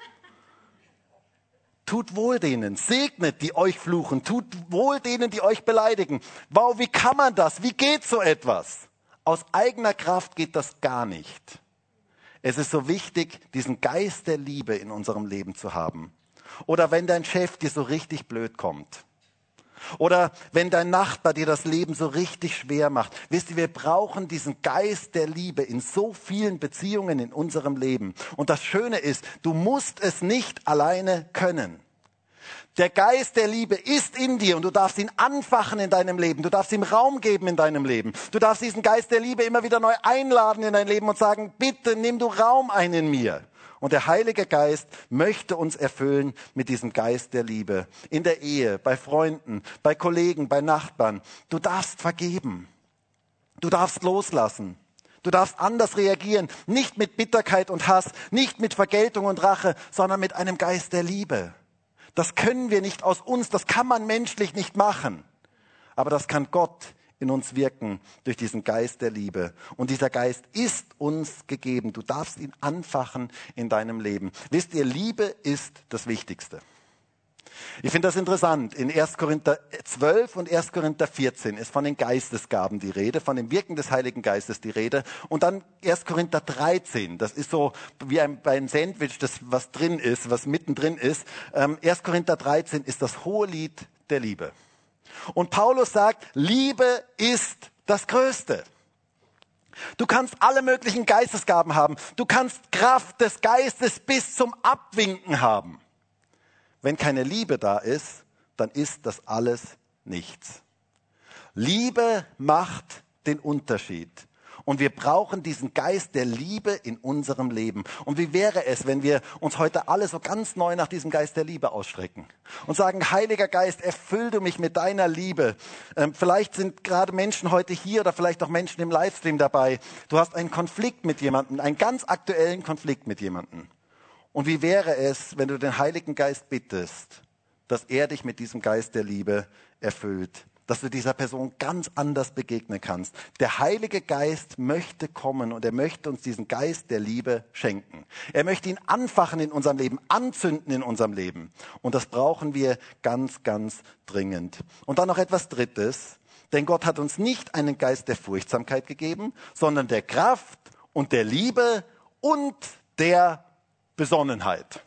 Tut wohl denen, segnet, die euch fluchen, tut wohl denen, die euch beleidigen. Wow, wie kann man das? Wie geht so etwas? Aus eigener Kraft geht das gar nicht. Es ist so wichtig, diesen Geist der Liebe in unserem Leben zu haben. Oder wenn dein Chef dir so richtig blöd kommt. Oder wenn dein Nachbar dir das Leben so richtig schwer macht. Wisst ihr, wir brauchen diesen Geist der Liebe in so vielen Beziehungen in unserem Leben. Und das Schöne ist, du musst es nicht alleine können. Der Geist der Liebe ist in dir und du darfst ihn anfachen in deinem Leben. Du darfst ihm Raum geben in deinem Leben. Du darfst diesen Geist der Liebe immer wieder neu einladen in dein Leben und sagen, bitte nimm du Raum ein in mir. Und der Heilige Geist möchte uns erfüllen mit diesem Geist der Liebe. In der Ehe, bei Freunden, bei Kollegen, bei Nachbarn. Du darfst vergeben. Du darfst loslassen. Du darfst anders reagieren. Nicht mit Bitterkeit und Hass, nicht mit Vergeltung und Rache, sondern mit einem Geist der Liebe. Das können wir nicht aus uns, das kann man menschlich nicht machen. Aber das kann Gott in uns wirken durch diesen Geist der Liebe. Und dieser Geist ist uns gegeben. Du darfst ihn anfachen in deinem Leben. Wisst ihr, Liebe ist das Wichtigste. Ich finde das interessant. In 1. Korinther 12 und 1. Korinther 14 ist von den Geistesgaben die Rede, von dem Wirken des Heiligen Geistes die Rede. Und dann 1. Korinther 13, das ist so wie bei einem Sandwich, das was drin ist, was mittendrin ist. 1. Korinther 13 ist das hohe Lied der Liebe. Und Paulus sagt, Liebe ist das Größte. Du kannst alle möglichen Geistesgaben haben. Du kannst Kraft des Geistes bis zum Abwinken haben. Wenn keine Liebe da ist, dann ist das alles nichts. Liebe macht den Unterschied. Und wir brauchen diesen Geist der Liebe in unserem Leben. Und wie wäre es, wenn wir uns heute alle so ganz neu nach diesem Geist der Liebe ausstrecken und sagen, Heiliger Geist, erfüll du mich mit deiner Liebe. Vielleicht sind gerade Menschen heute hier oder vielleicht auch Menschen im Livestream dabei. Du hast einen Konflikt mit jemandem, einen ganz aktuellen Konflikt mit jemandem. Und wie wäre es, wenn du den Heiligen Geist bittest, dass er dich mit diesem Geist der Liebe erfüllt? Dass du dieser Person ganz anders begegnen kannst. Der Heilige Geist möchte kommen und er möchte uns diesen Geist der Liebe schenken. Er möchte ihn anfachen in unserem Leben, anzünden in unserem Leben. Und das brauchen wir ganz, ganz dringend. Und dann noch etwas Drittes. Denn Gott hat uns nicht einen Geist der Furchtsamkeit gegeben, sondern der Kraft und der Liebe und der Besonnenheit.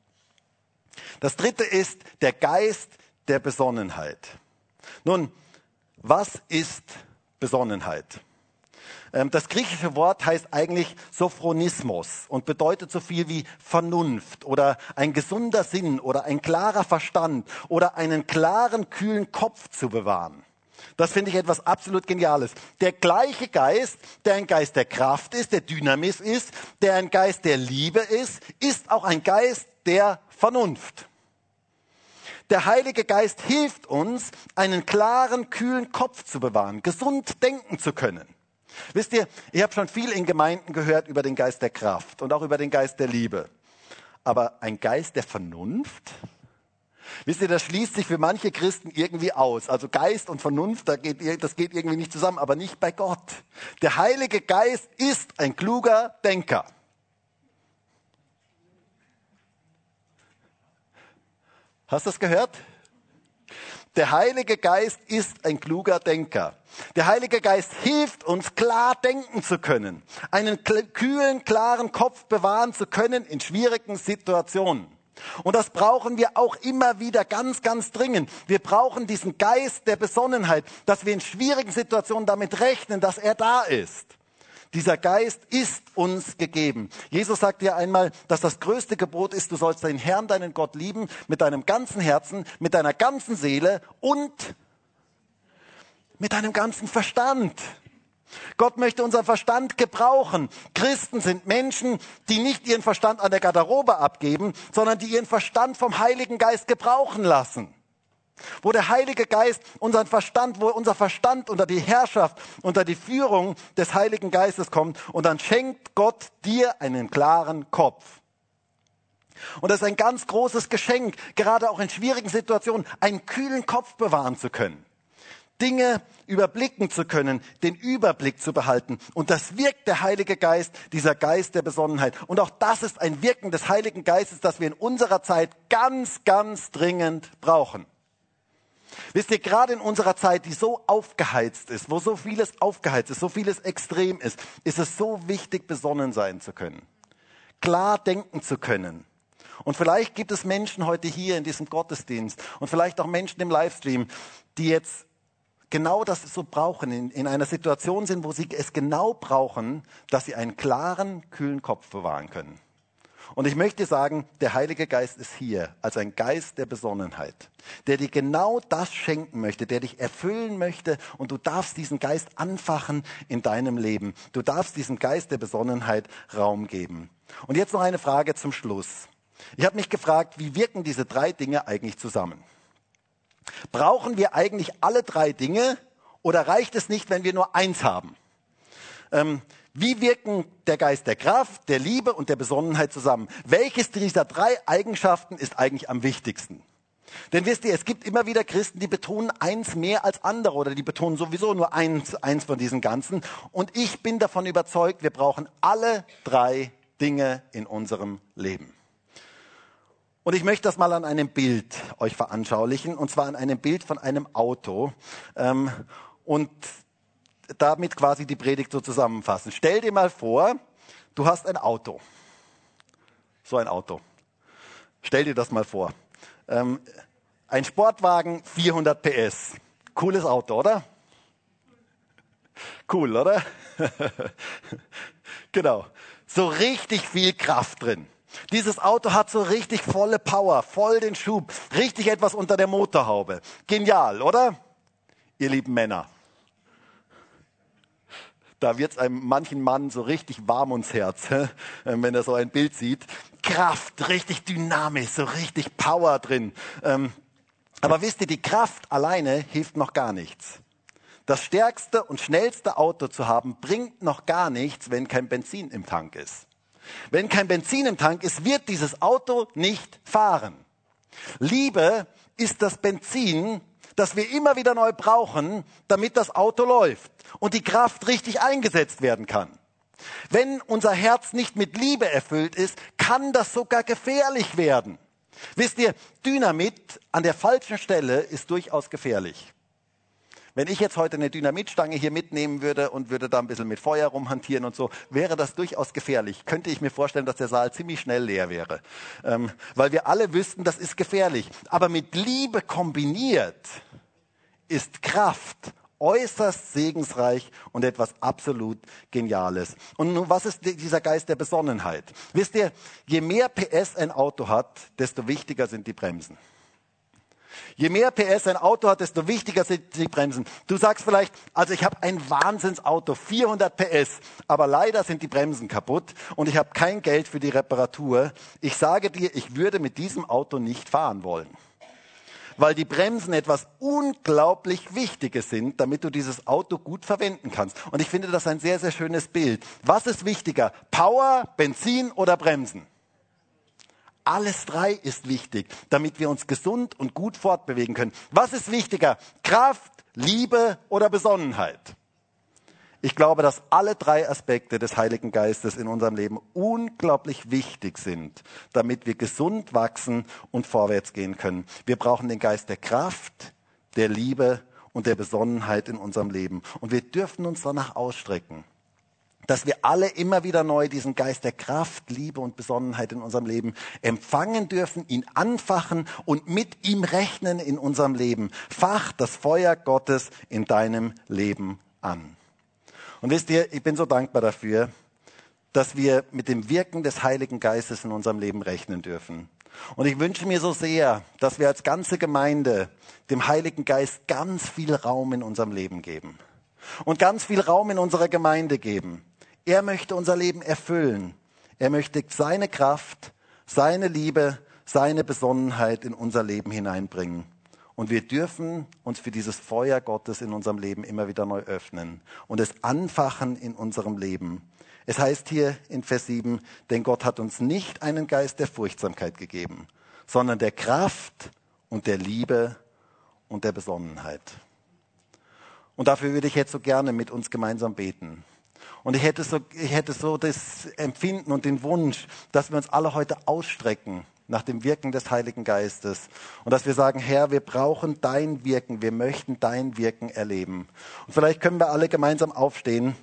Das Dritte ist der Geist der Besonnenheit. Nun, was ist Besonnenheit? Das griechische Wort heißt eigentlich Sophronismus und bedeutet so viel wie Vernunft oder ein gesunder Sinn oder ein klarer Verstand oder einen klaren, kühlen Kopf zu bewahren. Das finde ich etwas absolut Geniales. Der gleiche Geist, der ein Geist der Kraft ist, der Dynamis ist, der ein Geist der Liebe ist auch ein Geist der Vernunft. Der Heilige Geist hilft uns, einen klaren, kühlen Kopf zu bewahren, gesund denken zu können. Wisst ihr, ich habe schon viel in Gemeinden gehört über den Geist der Kraft und auch über den Geist der Liebe. Aber ein Geist der Vernunft? Wisst ihr, das schließt sich für manche Christen irgendwie aus. Also Geist und Vernunft, das geht irgendwie nicht zusammen, aber nicht bei Gott. Der Heilige Geist ist ein kluger Denker. Hast du das gehört? Der Heilige Geist ist ein kluger Denker. Der Heilige Geist hilft uns, klar denken zu können, einen kühlen, klaren Kopf bewahren zu können in schwierigen Situationen. Und das brauchen wir auch immer wieder ganz, ganz dringend. Wir brauchen diesen Geist der Besonnenheit, dass wir in schwierigen Situationen damit rechnen, dass er da ist. Dieser Geist ist uns gegeben. Jesus sagte ja einmal, dass das größte Gebot ist, du sollst den Herrn, deinen Gott lieben, mit deinem ganzen Herzen, mit deiner ganzen Seele und mit deinem ganzen Verstand. Gott möchte unseren Verstand gebrauchen. Christen sind Menschen, die nicht ihren Verstand an der Garderobe abgeben, sondern die ihren Verstand vom Heiligen Geist gebrauchen lassen. Wo der Heilige Geist wo unser Verstand unter die Herrschaft, unter die Führung des Heiligen Geistes kommt und dann schenkt Gott dir einen klaren Kopf. Und das ist ein ganz großes Geschenk, gerade auch in schwierigen Situationen, einen kühlen Kopf bewahren zu können. Dinge überblicken zu können, den Überblick zu behalten. Und das wirkt der Heilige Geist, dieser Geist der Besonnenheit. Und auch das ist ein Wirken des Heiligen Geistes, das wir in unserer Zeit ganz, ganz dringend brauchen. Wisst ihr, gerade in unserer Zeit, die so aufgeheizt ist, wo so vieles aufgeheizt ist, so vieles extrem ist, ist es so wichtig, besonnen sein zu können, klar denken zu können. Und vielleicht gibt es Menschen heute hier in diesem Gottesdienst und vielleicht auch Menschen im Livestream, die jetzt genau das so brauchen, in einer Situation sind, wo sie es genau brauchen, dass sie einen klaren, kühlen Kopf bewahren können. Und ich möchte sagen, der Heilige Geist ist hier als ein Geist der Besonnenheit, der dir genau das schenken möchte, der dich erfüllen möchte, und du darfst diesen Geist anfachen in deinem Leben. Du darfst diesem Geist der Besonnenheit Raum geben. Und jetzt noch eine Frage zum Schluss. Ich habe mich gefragt, wie wirken diese 3 Dinge eigentlich zusammen? Brauchen wir eigentlich alle 3 Dinge oder reicht es nicht, wenn wir nur eins haben? Wie wirken der Geist der Kraft, der Liebe und der Besonnenheit zusammen? Welches dieser 3 Eigenschaften ist eigentlich am wichtigsten? Denn wisst ihr, es gibt immer wieder Christen, die betonen eins mehr als andere oder die betonen sowieso nur eins von diesen Ganzen. Und ich bin davon überzeugt, wir brauchen alle 3 Dinge in unserem Leben. Und ich möchte das mal an einem Bild euch veranschaulichen, und zwar an einem Bild von einem Auto. Und damit quasi die Predigt so zusammenfassen. Stell dir mal vor, du hast ein Auto. So ein Auto. Stell dir das mal vor. Ein Sportwagen, 400 PS. Cooles Auto, oder? Cool, oder? Genau. So richtig viel Kraft drin. Dieses Auto hat so richtig volle Power, voll den Schub, richtig etwas unter der Motorhaube. Genial, oder? Ihr lieben Männer. Da wird es einem manchen Mann so richtig warm ums Herz, wenn er so ein Bild sieht. Kraft, richtig Dynamik, so richtig Power drin. Aber wisst ihr, die Kraft alleine hilft noch gar nichts. Das stärkste und schnellste Auto zu haben, bringt noch gar nichts, wenn kein Benzin im Tank ist. Wenn kein Benzin im Tank ist, wird dieses Auto nicht fahren. Liebe ist das Benzin, das wir immer wieder neu brauchen, damit das Auto läuft und die Kraft richtig eingesetzt werden kann. Wenn unser Herz nicht mit Liebe erfüllt ist, kann das sogar gefährlich werden. Wisst ihr, Dynamit an der falschen Stelle ist durchaus gefährlich. Wenn ich jetzt heute eine Dynamitstange hier mitnehmen würde und würde da ein bisschen mit Feuer rumhantieren und so, wäre das durchaus gefährlich. Könnte ich mir vorstellen, dass der Saal ziemlich schnell leer wäre. Weil wir alle wüssten, das ist gefährlich. Aber mit Liebe kombiniert ist Kraft äußerst segensreich und etwas absolut Geniales. Und nun, was ist dieser Geist der Besonnenheit? Wisst ihr, je mehr PS ein Auto hat, desto wichtiger sind die Bremsen. Je mehr PS ein Auto hat, desto wichtiger sind die Bremsen. Du sagst vielleicht, also ich habe ein Wahnsinnsauto, 400 PS, aber leider sind die Bremsen kaputt und ich habe kein Geld für die Reparatur. Ich sage dir, ich würde mit diesem Auto nicht fahren wollen. Weil die Bremsen etwas unglaublich Wichtiges sind, damit du dieses Auto gut verwenden kannst. Und ich finde das ein sehr, sehr schönes Bild. Was ist wichtiger? Power, Benzin oder Bremsen? Alles 3 ist wichtig, damit wir uns gesund und gut fortbewegen können. Was ist wichtiger? Kraft, Liebe oder Besonnenheit? Ich glaube, dass alle 3 Aspekte des Heiligen Geistes in unserem Leben unglaublich wichtig sind, damit wir gesund wachsen und vorwärts gehen können. Wir brauchen den Geist der Kraft, der Liebe und der Besonnenheit in unserem Leben. Und wir dürfen uns danach ausstrecken, dass wir alle immer wieder neu diesen Geist der Kraft, Liebe und Besonnenheit in unserem Leben empfangen dürfen, ihn anfachen und mit ihm rechnen in unserem Leben. Fach das Feuer Gottes in deinem Leben an. Und wisst ihr, ich bin so dankbar dafür, dass wir mit dem Wirken des Heiligen Geistes in unserem Leben rechnen dürfen. Und ich wünsche mir so sehr, dass wir als ganze Gemeinde dem Heiligen Geist ganz viel Raum in unserem Leben geben. Und ganz viel Raum in unserer Gemeinde geben. Er möchte unser Leben erfüllen. Er möchte seine Kraft, seine Liebe, seine Besonnenheit in unser Leben hineinbringen. Und wir dürfen uns für dieses Feuer Gottes in unserem Leben immer wieder neu öffnen und es anfachen in unserem Leben. Es heißt hier in Vers 7, denn Gott hat uns nicht einen Geist der Furchtsamkeit gegeben, sondern der Kraft und der Liebe und der Besonnenheit. Und dafür würde ich jetzt so gerne mit uns gemeinsam beten. Und ich hätte so das Empfinden und den Wunsch, dass wir uns alle heute ausstrecken nach dem Wirken des Heiligen Geistes. Und dass wir sagen, Herr, wir brauchen dein Wirken, wir möchten dein Wirken erleben. Und vielleicht können wir alle gemeinsam aufstehen.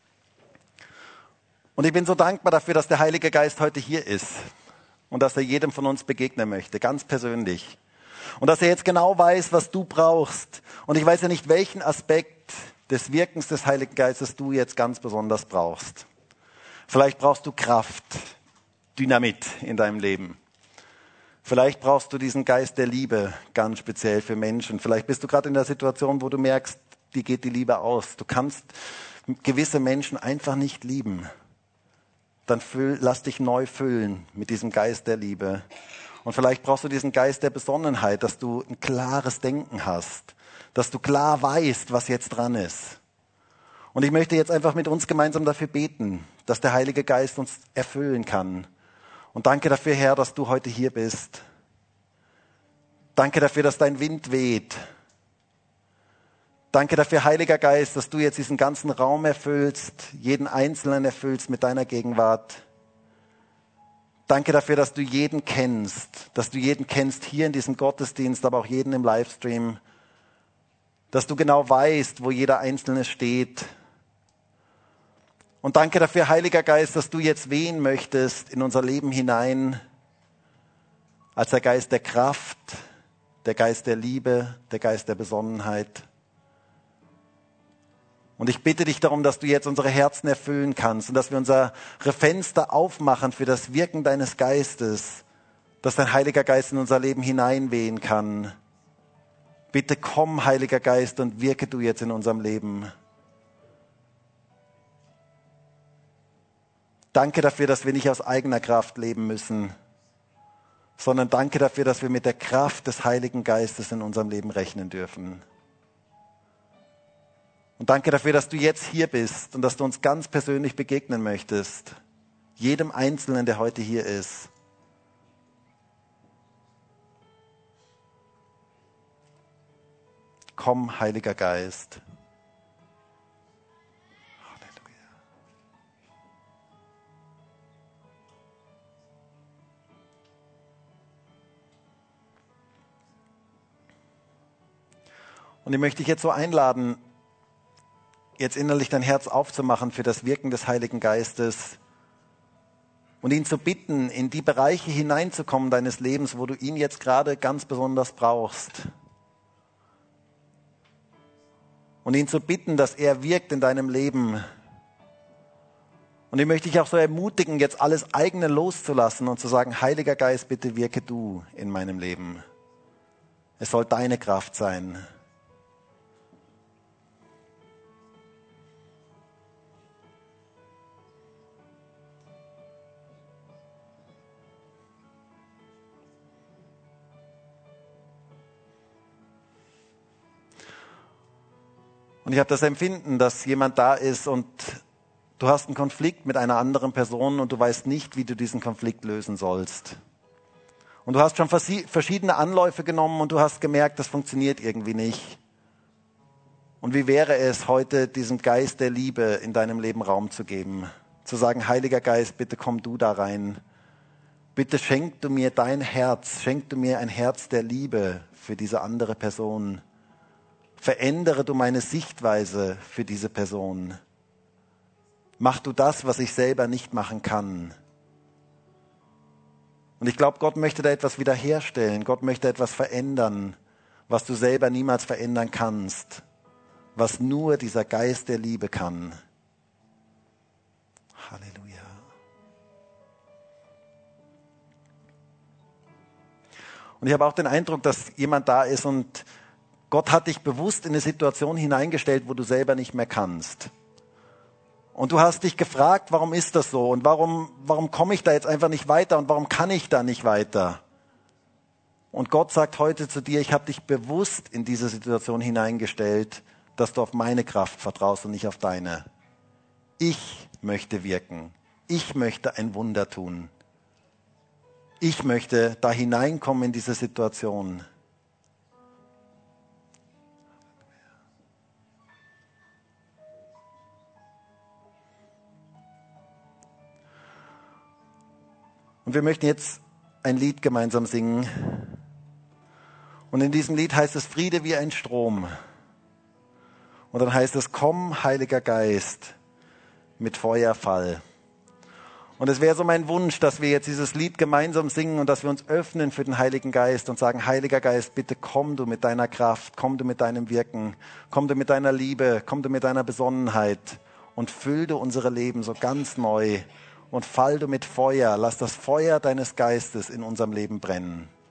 Und ich bin so dankbar dafür, dass der Heilige Geist heute hier ist. Und dass er jedem von uns begegnen möchte, ganz persönlich. Und dass er jetzt genau weiß, was du brauchst. Und ich weiß ja nicht, welchen Aspekt des Wirkens des Heiligen Geistes du jetzt ganz besonders brauchst. Vielleicht brauchst du Kraft, Dynamit in deinem Leben. Vielleicht brauchst du diesen Geist der Liebe ganz speziell für Menschen. Vielleicht bist du gerade in der Situation, wo du merkst, dir geht die Liebe aus. Du kannst gewisse Menschen einfach nicht lieben. Dann lass dich neu füllen mit diesem Geist der Liebe. Und vielleicht brauchst du diesen Geist der Besonnenheit, dass du ein klares Denken hast, dass du klar weißt, was jetzt dran ist. Und ich möchte jetzt einfach mit uns gemeinsam dafür beten, dass der Heilige Geist uns erfüllen kann. Und danke dafür, Herr, dass du heute hier bist. Danke dafür, dass dein Wind weht. Danke dafür, Heiliger Geist, dass du jetzt diesen ganzen Raum erfüllst, jeden Einzelnen erfüllst mit deiner Gegenwart. Danke dafür, dass du jeden kennst hier in diesem Gottesdienst, aber auch jeden im Livestream. Dass du genau weißt, wo jeder Einzelne steht. Und danke dafür, Heiliger Geist, dass du jetzt wehen möchtest in unser Leben hinein, als der Geist der Kraft, der Geist der Liebe, der Geist der Besonnenheit. Und ich bitte dich darum, dass du jetzt unsere Herzen erfüllen kannst und dass wir unsere Fenster aufmachen für das Wirken deines Geistes, dass dein Heiliger Geist in unser Leben hineinwehen kann. Bitte komm, Heiliger Geist, und wirke du jetzt in unserem Leben. Danke dafür, dass wir nicht aus eigener Kraft leben müssen, sondern danke dafür, dass wir mit der Kraft des Heiligen Geistes in unserem Leben rechnen dürfen. Und danke dafür, dass du jetzt hier bist und dass du uns ganz persönlich begegnen möchtest. Jedem Einzelnen, der heute hier ist. Komm, Heiliger Geist. Halleluja. Und ich möchte dich jetzt so einladen, jetzt innerlich dein Herz aufzumachen für das Wirken des Heiligen Geistes und ihn zu bitten, in die Bereiche hineinzukommen deines Lebens, wo du ihn jetzt gerade ganz besonders brauchst. Und ihn zu bitten, dass er wirkt in deinem Leben. Und ich möchte dich auch so ermutigen, jetzt alles eigene loszulassen und zu sagen, Heiliger Geist, bitte wirke du in meinem Leben. Es soll deine Kraft sein. Und ich habe das Empfinden, dass jemand da ist und du hast einen Konflikt mit einer anderen Person und du weißt nicht, wie du diesen Konflikt lösen sollst. Und du hast schon verschiedene Anläufe genommen und du hast gemerkt, das funktioniert irgendwie nicht. Und wie wäre es, heute diesem Geist der Liebe in deinem Leben Raum zu geben? Zu sagen, Heiliger Geist, bitte komm du da rein. Bitte schenk du mir dein Herz, schenk du mir ein Herz der Liebe für diese andere Person. Verändere du meine Sichtweise für diese Person. Mach du das, was ich selber nicht machen kann. Und ich glaube, Gott möchte da etwas wiederherstellen. Gott möchte etwas verändern, was du selber niemals verändern kannst. Was nur dieser Geist der Liebe kann. Halleluja. Und ich habe auch den Eindruck, dass jemand da ist und Gott hat dich bewusst in eine Situation hineingestellt, wo du selber nicht mehr kannst. Und du hast dich gefragt, warum ist das so? Und warum komme ich da jetzt einfach nicht weiter? Und warum kann ich da nicht weiter? Und Gott sagt heute zu dir, ich habe dich bewusst in diese Situation hineingestellt, dass du auf meine Kraft vertraust und nicht auf deine. Ich möchte wirken. Ich möchte ein Wunder tun. Ich möchte da hineinkommen in diese Situation. Und wir möchten jetzt ein Lied gemeinsam singen. Und in diesem Lied heißt es Friede wie ein Strom. Und dann heißt es, komm, Heiliger Geist, mit Feuerfall. Und es wäre so mein Wunsch, dass wir jetzt dieses Lied gemeinsam singen und dass wir uns öffnen für den Heiligen Geist und sagen, Heiliger Geist, bitte komm du mit deiner Kraft, komm du mit deinem Wirken, komm du mit deiner Liebe, komm du mit deiner Besonnenheit und füll du unsere Leben so ganz neu und fall du mit Feuer, lass das Feuer deines Geistes in unserem Leben brennen.